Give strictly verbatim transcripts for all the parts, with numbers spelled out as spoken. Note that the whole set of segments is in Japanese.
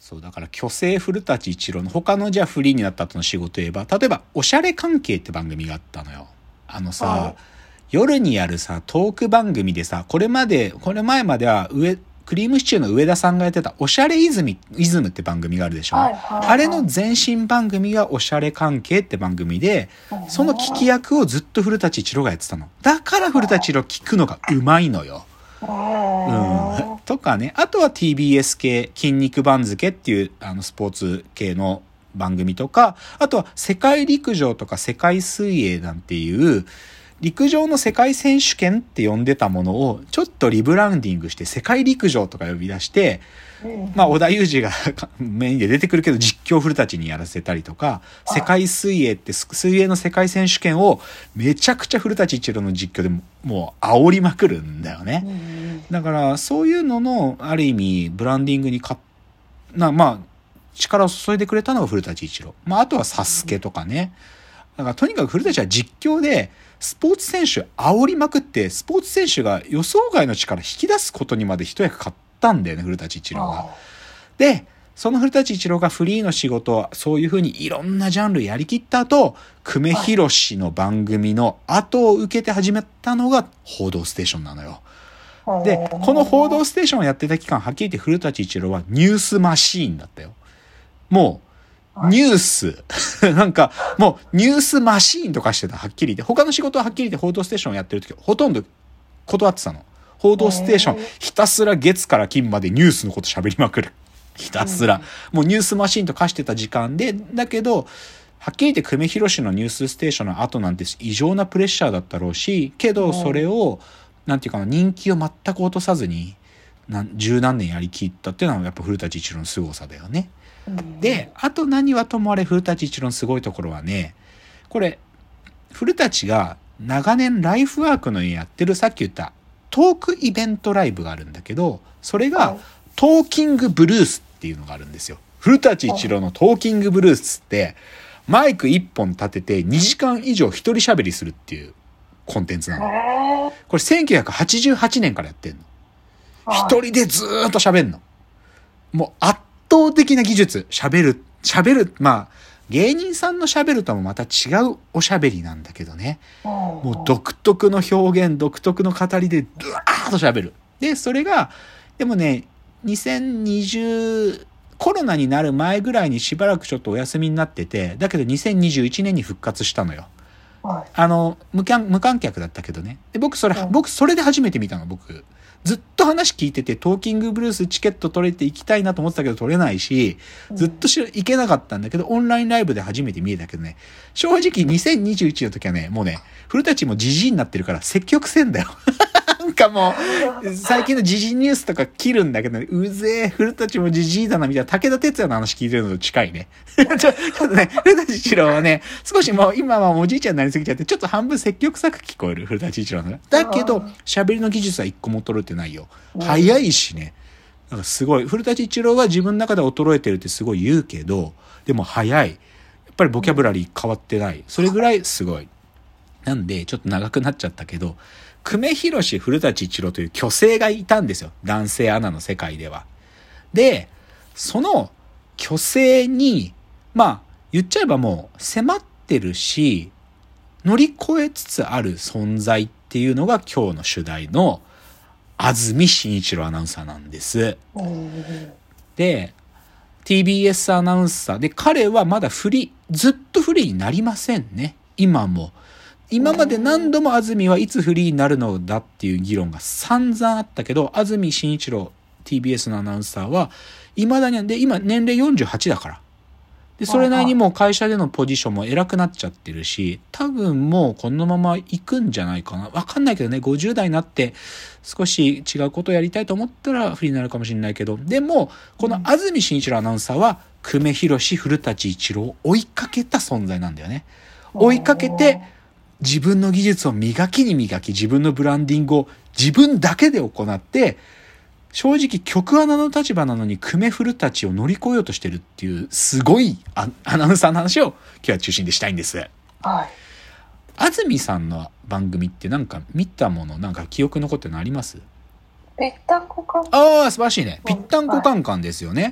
そうだから巨星古舘一郎の他のじゃあフリーになった後の仕事といえば、例えばおしゃれ関係って番組があったのよ。あのさ、はい、夜にやるさトーク番組でさ、これまでこれ前までは上クリームシチューの上田さんがやってたおしゃれイズムイズムって番組があるでしょ、はいはいはい、あれの前身番組がおしゃれ関係って番組で、その聞き役をずっと古舘一郎がやってたの。だから古舘一郎聞くのがうまいのよ。うん、とかね、あとは ティービーエス 系筋肉番付っていうあのスポーツ系の番組とか、あとは世界陸上とか世界水泳なんていう陸上の世界選手権って呼んでたものをちょっとリブランディングして世界陸上とか呼び出して、まあ織田裕二がメインで出てくるけど実況古舘にやらせたりとか、世界水泳って水泳の世界選手権をめちゃくちゃ古舘一郎の実況でももう煽りまくるんだよね。だからそういうののある意味ブランディングにかなまあ力を注いでくれたのが古舘一郎。まああとはサスケとかね。だからとにかく古舘は実況でスポーツ選手煽りまくって、スポーツ選手が予想外の力引き出すことにまで一役買ったんだよね、古舘一郎が。で、その古舘一郎がフリーの仕事、そういう風にいろんなジャンルやりきった後、久米宏の番組の後を受けて始めたのが報道ステーションなのよ。で、この報道ステーションをやってた期間、はっきり言って古舘一郎はニュースマシーンだったよ。もう、ニュースなんかもうニュースマシーンとかしてた。はっきり言って他の仕事ははっきり言って報道ステーションをやってる時ほとんど断ってたの。報道ステーションひたすら月から金までニュースのこと喋りまくる。ひたすらもうニュースマシーンと化してた時間で、だけどはっきり言って久米宏のニュースステーションの後なんて異常なプレッシャーだったろうし、けどそれをなんていうかな、人気を全く落とさずに何十何年やりきったっていうのはやっぱ古舘一郎の凄さだよね。で、あと何はともあれ古舘一郎のすごいところはね、これ古舘が長年ライフワークのようにやってるさっき言ったトークイベントライブがあるんだけど、それがトーキングブルースっていうのがあるんですよ。古舘一郎のトーキングブルースってマイクいっぽん立ててにじかん以上一人喋りするっていうコンテンツなの。これせんきゅうひゃくはちじゅうはちねんからやってんの。一人でずーっと喋んの。もう圧圧倒的な技術、喋る、喋る、まあ、芸人さんの喋るともまた違うおしゃべりなんだけどね。もう独特の表現、独特の語りで、ドワーッと喋る。で、それが、でもね、にせんにじゅう、コロナになる前ぐらいにしばらくちょっとお休みになってて、だけどにせんにじゅういちねんに復活したのよ。あの、無観、無観客だったけどね。で、僕それ、僕それで初めて見たの、僕。ずっと話聞いてて、トーキングブルースチケット取れて行きたいなと思ってたけど取れないし、ずっとし行けなかったんだけど、オンラインライブで初めて見えたけどね、正直にせんにじゅういちの時はね、もうね、古舘もジジイになってるから積極せんだよ。なんかもう、最近の時事ニュースとか切るんだけど、ね、うぜえ、古舘もジジイだなみたいな、武田鉄矢の話聞いてるのと近いね。ちょちょっとね、古舘一郎はね、少しもう今はおじいちゃんになりすぎちゃって、ちょっと半分積極臭く聞こえる、古舘一郎の。だけど、喋りの技術は一個も衰えてないよ。早いしね。なんかすごい。古舘一郎は自分の中で衰えてるってすごい言うけど、でも早い。やっぱりボキャブラリー変わってない。それぐらいすごい。なんで、ちょっと長くなっちゃったけど、久米宏、古舘一郎という巨星がいたんですよ。男性アナの世界では。で、その巨星に、まあ、言っちゃえばもう迫ってるし、乗り越えつつある存在っていうのが今日の主題の安住紳一郎アナウンサーなんです。で、ティービーエス アナウンサーで、彼はまだフリー、ずっとフリーになりませんね。今も。今まで何度も安住はいつフリーになるのだっていう議論が散々あったけど、安住紳一郎 ティービーエス のアナウンサーは未だに、で今年齢よんじゅうはちだから、でそれなりにもう会社でのポジションも偉くなっちゃってるし、多分もうこのまま行くんじゃないかな。わかんないけどね、ごじゅう代になって少し違うことをやりたいと思ったらフリーになるかもしれないけど、でもこの安住紳一郎アナウンサーは久米宏、古舘一郎を追いかけた存在なんだよね。追いかけて自分の技術を磨きに磨き、自分のブランディングを自分だけで行って、正直局アナの立場なのに久米古舘を乗り越えようとしてるっていうすごいアナウンサーの話を今日は中心でしたいんです。はい。安住さんの番組ってなんか見たもの、なんか記憶残ってるのあります？ ぴったんこカンカン。 ああ、素晴らしいね。ぴったんこカンカンですよね。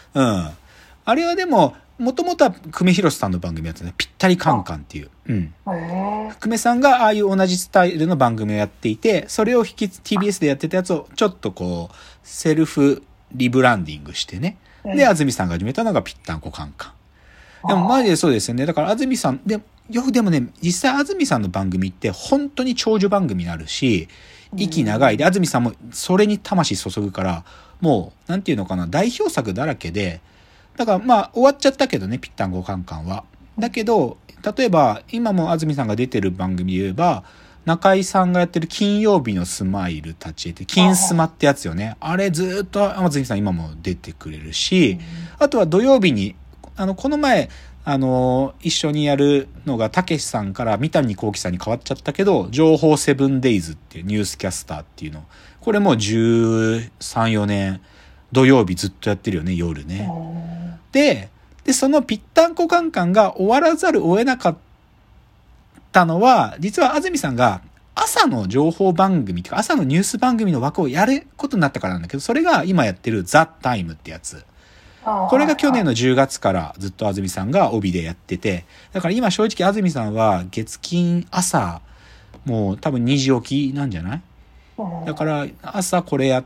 うん。あれはでも、もともとは久米宏さんの番組やってたね。ぴったりカンカンっていう。うん。久米さんがああいう同じスタイルの番組をやっていて、それを引き、ティービーエス でやってたやつをちょっとこう、セルフリブランディングしてね。で、安住さんが始めたのがぴったんこカンカン。でもマジでそうですよね。だから安住さん、で、よくでもね、実際安住さんの番組って本当に長寿番組になるし、息長い。で、安住さんもそれに魂注ぐから、もう、なんていうのかな、代表作だらけで、だからまあ終わっちゃったけどね、ぴったんこカンカンは。だけど、例えば今も安住さんが出てる番組で言えば、中井さんがやってる金曜日のスマイルたちって、金スマってやつよね。あれずっと安住さん今も出てくれるし、あとは土曜日に、あの、この前、あの、一緒にやるのがたけしさんから三谷幸喜さんに変わっちゃったけど、情報セブンデイズっていうニュースキャスターっていうの。これもうじゅうさん、よねん土曜日ずっとやってるよね、夜ね。で、で、そのぴったんこカンカンが終わらざるを得なかったのは、実は安住さんが朝の情報番組とか朝のニュース番組の枠をやることになったからなんだけど、それが今やってるザ・タイムってやつ。これが去年のじゅうがつからずっと安住さんが帯でやってて、だから今正直安住さんは月金朝、もう多分にじ起きなんじゃない？だから朝これやって、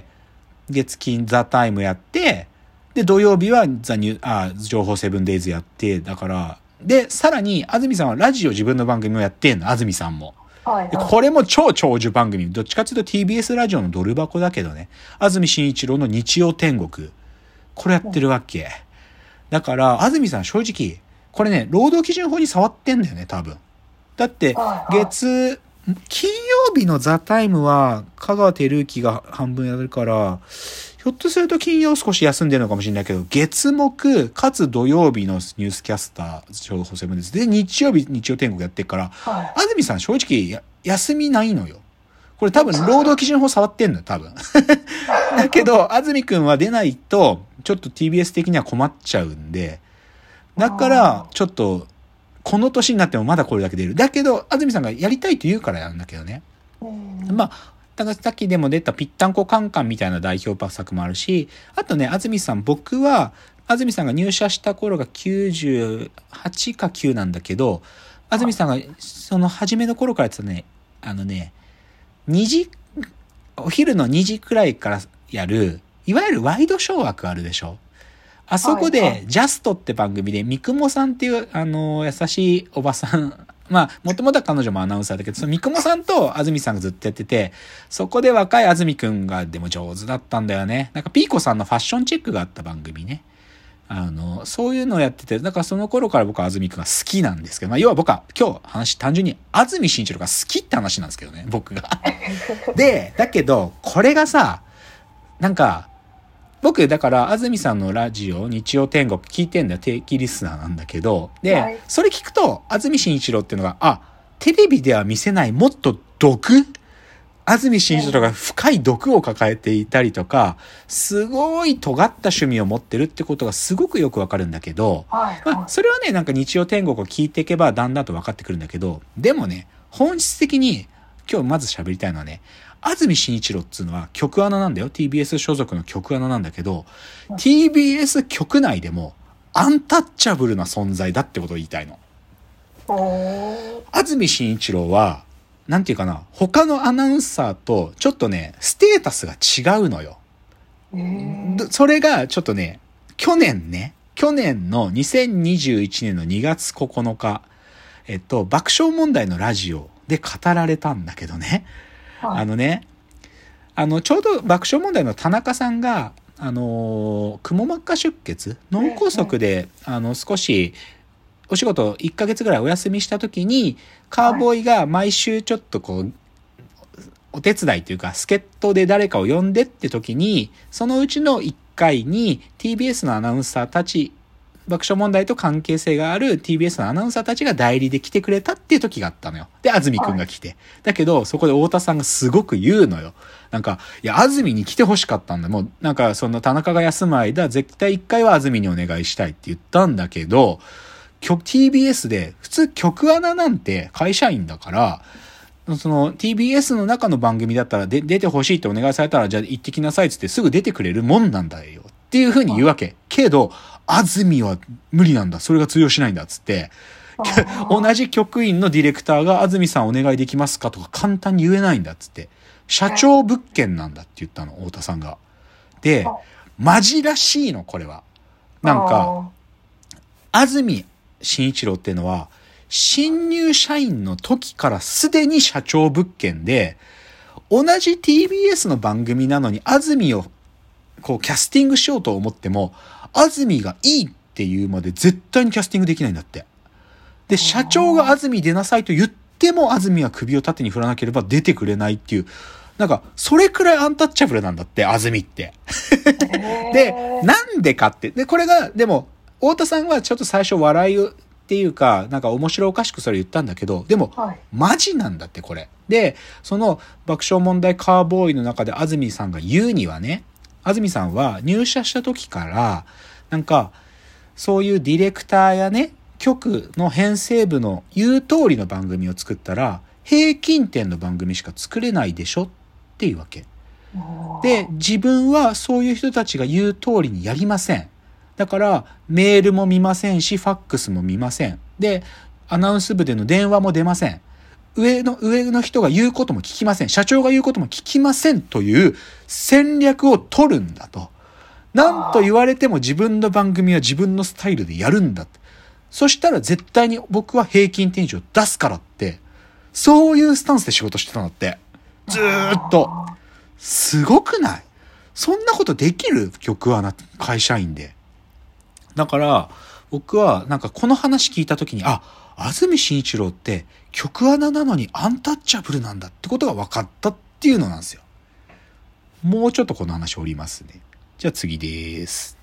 月金ザ・タイムやって、で土曜日はザニュあ情報セブンデイズやって、だからでさらに安住さんはラジオ自分の番組をやってんの、安住さんも。でこれも超長寿番組、どっちかっていうと ティービーエス ラジオのドル箱だけどね、安住紳一郎の日曜天国、これやってるわけ。だから安住さん正直これね、労働基準法に触ってんだよね多分。だって月金曜日のザ・タイムは香川照之が半分やるから、ひょっとすると金曜少し休んでるのかもしれないけど、月木かつ土曜日のニュースキャスター情報セブンです。で日曜日日曜天国やってるから、はい、安住さん正直や休みないのよ。これ多分労働基準法触ってんのよ多分。だけど安住くんは出ないとちょっと ティービーエス 的には困っちゃうんで、だからちょっとこの年になってもまだこれだけ出る。だけど安住さんがやりたいと言うからやるんだけどね。まあだからさっきでも出たぴったんこカンカンみたいな代表作もあるし、あとね、安住さん、僕は安住さんが入社した頃がきゅうじゅうはちかきゅうなんだけど、安住さんがその初めの頃からやってたね、あのね、にじ、お昼のにじくらいからやる、いわゆるワイドショー枠あるでしょ。あそこで、ジャストって番組で、三雲さんっていう、あの、優しいおばさん、まあ、もともとは彼女もアナウンサーだけど、その三雲さんと安住さんがずっとやってて、そこで若い安住くんがでも上手だったんだよね。なんかピーコさんのファッションチェックがあった番組ね。あの、そういうのをやってて、だからその頃から僕は安住くんが好きなんですけど、まあ、要は僕は今日話単純に安住紳一郎が好きって話なんですけどね、僕が。で、だけど、これがさ、なんか、僕、だから、安住さんのラジオ、日曜天国聞いてんだよ。定期リスナーなんだけど。で、はい、それ聞くと、安住紳一郎っていうのが、あ、テレビでは見せない、もっと毒？安住紳一郎が深い毒を抱えていたりとか、すごい尖った趣味を持ってるってことがすごくよくわかるんだけど、はいはい、まあ、それはね、なんか日曜天国を聞いていけばだんだんと分かってくるんだけど、でもね、本質的に、今日まず喋りたいのはね、安住紳一郎っつうのは局アナなんだよ。ティービーエス 所属の局アナなんだけど、うん、ティービーエス 局内でもアンタッチャブルな存在だってことを言いたいの。安住紳一郎は、なんていうかな、他のアナウンサーとちょっとね、ステータスが違うのよ。それがちょっとね、去年ね、去年のにせんにじゅういちねんのにがつここのか、えっと、爆笑問題のラジオで語られたんだけどね。あのね、あの、ちょうど爆笑問題の田中さんが、あの、くも膜下出血、脳梗塞で、あの、少し、お仕事いっかげつぐらいお休みした時に、カーボーイが毎週ちょっとこう、お手伝いというか、助っ人で誰かを呼んでって時に、そのうちのいっかいに ティービーエス のアナウンサーたち、爆笑問題と関係性がある ティービーエス のアナウンサーたちが代理で来てくれたっていう時があったのよ。で、安住くんが来て。だけど、そこで太田さんがすごく言うのよ。なんか、いや、安住に来て欲しかったんだ。もう、なんか、その田中が休む間、絶対一回は安住にお願いしたいって言ったんだけど、ティービーエス で、普通局アナなんて会社員だから、その ティービーエス の中の番組だったらで出てほしいってお願いされたら、じゃあ行ってきなさいっつってすぐ出てくれるもんなんだよっっていう風に言うわけ。けど、安住は無理なんだ。それが通用しないんだっつって。同じ局員のディレクターが安住さんお願いできますかとか簡単に言えないんだっつって。社長物件なんだって言ったの、太田さんが。で、マジらしいの、これは。なんか、安住紳一郎っていうのは、新入社員の時からすでに社長物件で、同じ ティービーエス の番組なのに安住をこうキャスティングしようと思っても、安住がいいっていうまで絶対にキャスティングできないんだって。で、社長が安住出なさいと言っても安住は首を縦に振らなければ出てくれないっていう、なんか、それくらいアンタッチャブルなんだって、安住って。で、なんでかって。で、これが、でも、太田さんはちょっと最初笑いっていうか、なんか面白おかしくそれ言ったんだけど、でも、はい、マジなんだって、これ。で、その爆笑問題カーボーイの中で安住さんが言うにはね、安住さんは入社した時から、なんか、そういうディレクターやね、局の編成部の言う通りの番組を作ったら、平均点の番組しか作れないでしょっていうわけ。で、自分はそういう人たちが言う通りにやりません。だから、メールも見ませんし、ファックスも見ません。で、アナウンス部での電話も出ません。上の、上の人が言うことも聞きません。社長が言うことも聞きませんという戦略を取るんだと。なんと言われても自分の番組は自分のスタイルでやるんだ。そしたら絶対に僕は平均点以上出すからって、そういうスタンスで仕事してたんだって。ずーっと。すごくない？そんなことできる？局アナ会社員で。だから僕はなんかこの話聞いた時に、あ、安住紳一郎って局アナなのにアンタッチャブルなんだってことが分かったっていうのなんですよ。もうちょっとこの話おりますね。じゃあ次です。